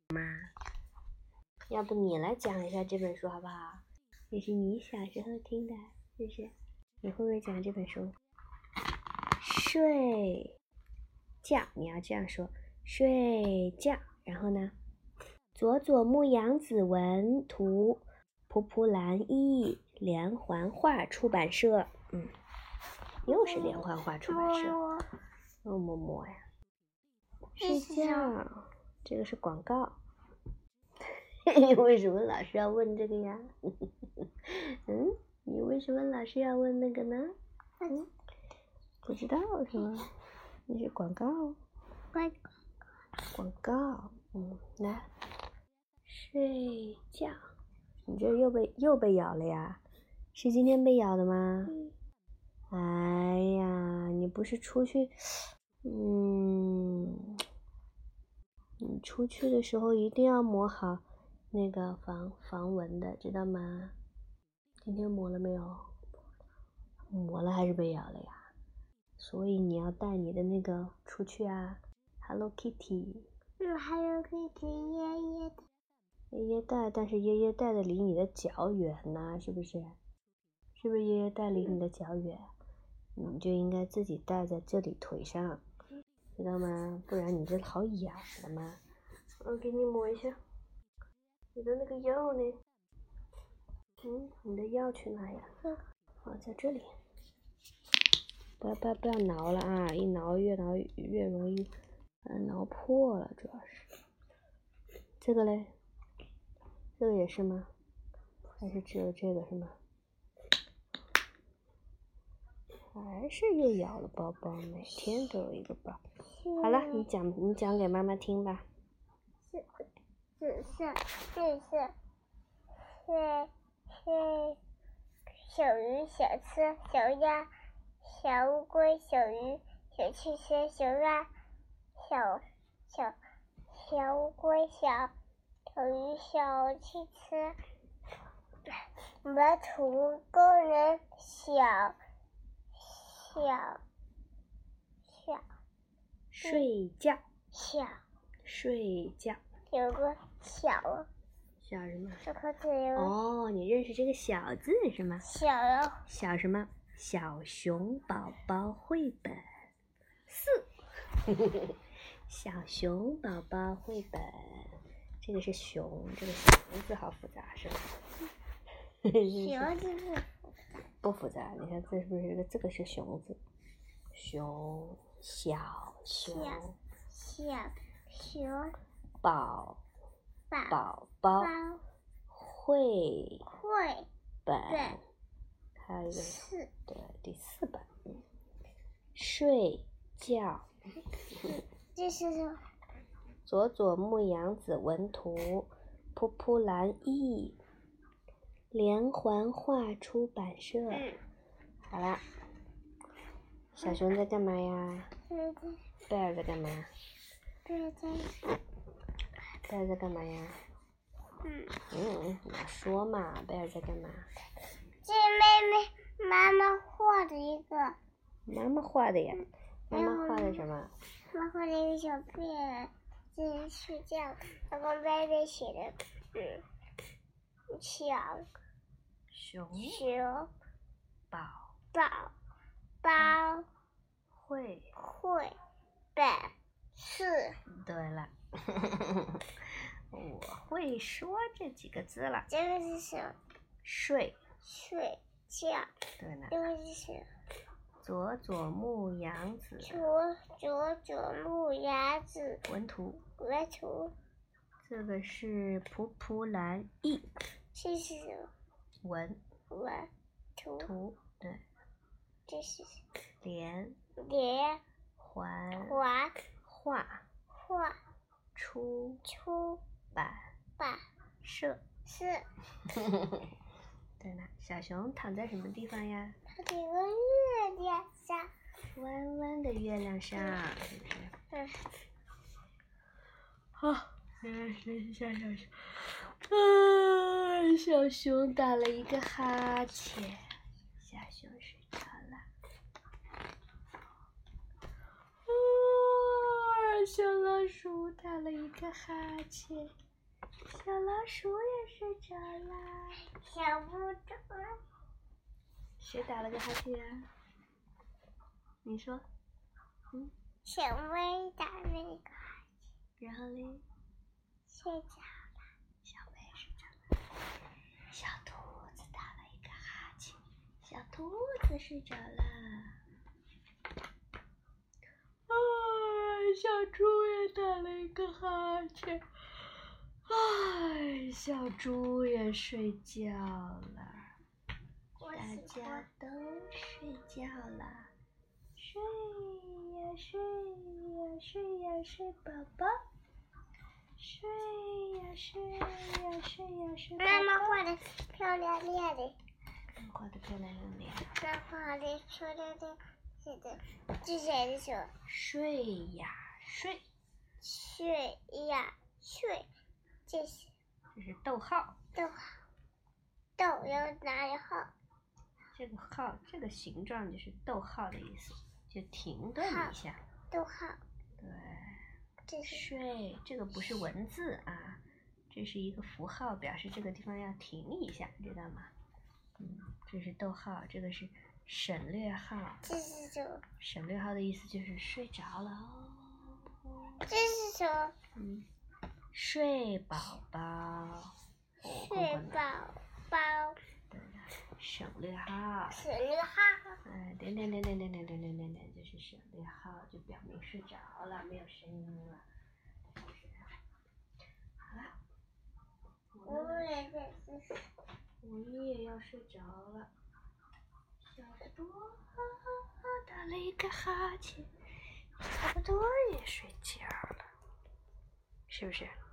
要不你来讲一下这本书好不好？这是你小时候听的，是不是？你会不会讲这本书？睡觉，你要这样说，睡觉。然后呢？佐佐木阳子文，图蒲蒲兰译，连环画出版社。又是连环画出版社。么么呀。睡觉，这个是广告。为什么老师要问这个呀？你为什么老是要问那个呢？不知道是吗？那是广告。广告。来，睡觉。你这又被咬了呀？是今天被咬的吗？哎呀，你不是出去，你出去的时候一定要抹好那个防蚊的，知道吗？今天抹了没有？抹了还是被咬了呀？所以你要带你的那个出去啊 ，Hello Kitty。Hello Kitty 爷爷带，但是爷爷带的离你的脚远呐，是不是？是不是爷爷带离你的脚远？你就应该自己带在这里腿上，知道吗？不然你这好痒的嘛。我给你抹一下。你的那个药呢？你的药去哪呀？在这里。不要挠了啊！一挠越容易挠破了，主要是。这个嘞？这个也是吗？还是只有这个是吗？还是又咬了包包，每天都有一个包。好了，你讲给妈妈听吧。 紫色，绿色，小鱼，小车，小鸭，小乌龟，小鱼，小汽车，小鸭，小乌龟，小鱼，小汽车，马土工人， 睡觉。 睡觉。 有个小什么？ 这个字有你认识这个小字是吗？小什么？小熊宝宝绘本4。小熊宝宝绘本，这个是熊，这个熊字好复杂是吧？ 熊字不复杂，你看这是不是这个是熊字？熊，小熊宝宝绘本，还有一个对第4本。睡觉。 这是什么？ 佐佐木阳子文图，蒲蒲兰译，连环画出版社。好了，小熊在干嘛呀？贝尔在干嘛？贝尔在干嘛呀？你要说嘛，贝尔在干嘛？ 这妹妈妈画的一个。 妈妈画的呀？妈妈画的什么？ 妈妈画了一个小贝尔在睡觉，然后妹妹写的熊宝绘本4。 对了。我会说这几个字了。 这个是什么？睡觉。 对了。 这个是什么？ 佐佐木阳子。 佐木阳子。 文图。 这个是蒲蒲兰译。 这是什么？ 文图。 对。 这是连环画出版社。对了，小熊躺在什么地方呀？ 它在一个月亮上。 弯弯的月亮上，是不是？好，来学一下小熊。小熊打了一个哈欠，小熊睡着了。 小老鼠打了一个哈欠，小老鼠也睡着啦。 小不懂。 谁打了个哈欠啊？你说， 小薇打了一个哈然后嘞， 欠，睡着了。 小薇睡着了。小兔子打了一个哈欠，小兔子睡着了。小猪也打了一个哈欠，小猪也睡觉了。大家都睡觉了，睡呀睡呀睡呀睡宝宝，睡呀睡呀睡呀睡宝宝。 妈妈画的漂亮亮的。 画的漂亮亮的。 妈画的漂亮亮的，这写的是睡呀睡， 睡呀睡，这是逗号。 逗要哪里号？ 这个号，这个形状就是逗号的意思，就停顿一下。 逗号。 对。 这是睡，这个不是文字啊，这是一个符号，表示这个地方要停一下，知道吗？这是逗号，这个是省略号。 这是什么？ 省略号的意思就是睡着了哦。 这是什么？ 睡宝宝。 睡宝宝。 对的，省略号。 省略号。 点，就是省略号，就表明睡着了，没有声音了。好了，我也要睡着了。小多打了一个哈欠，差不多也睡觉了，是不是？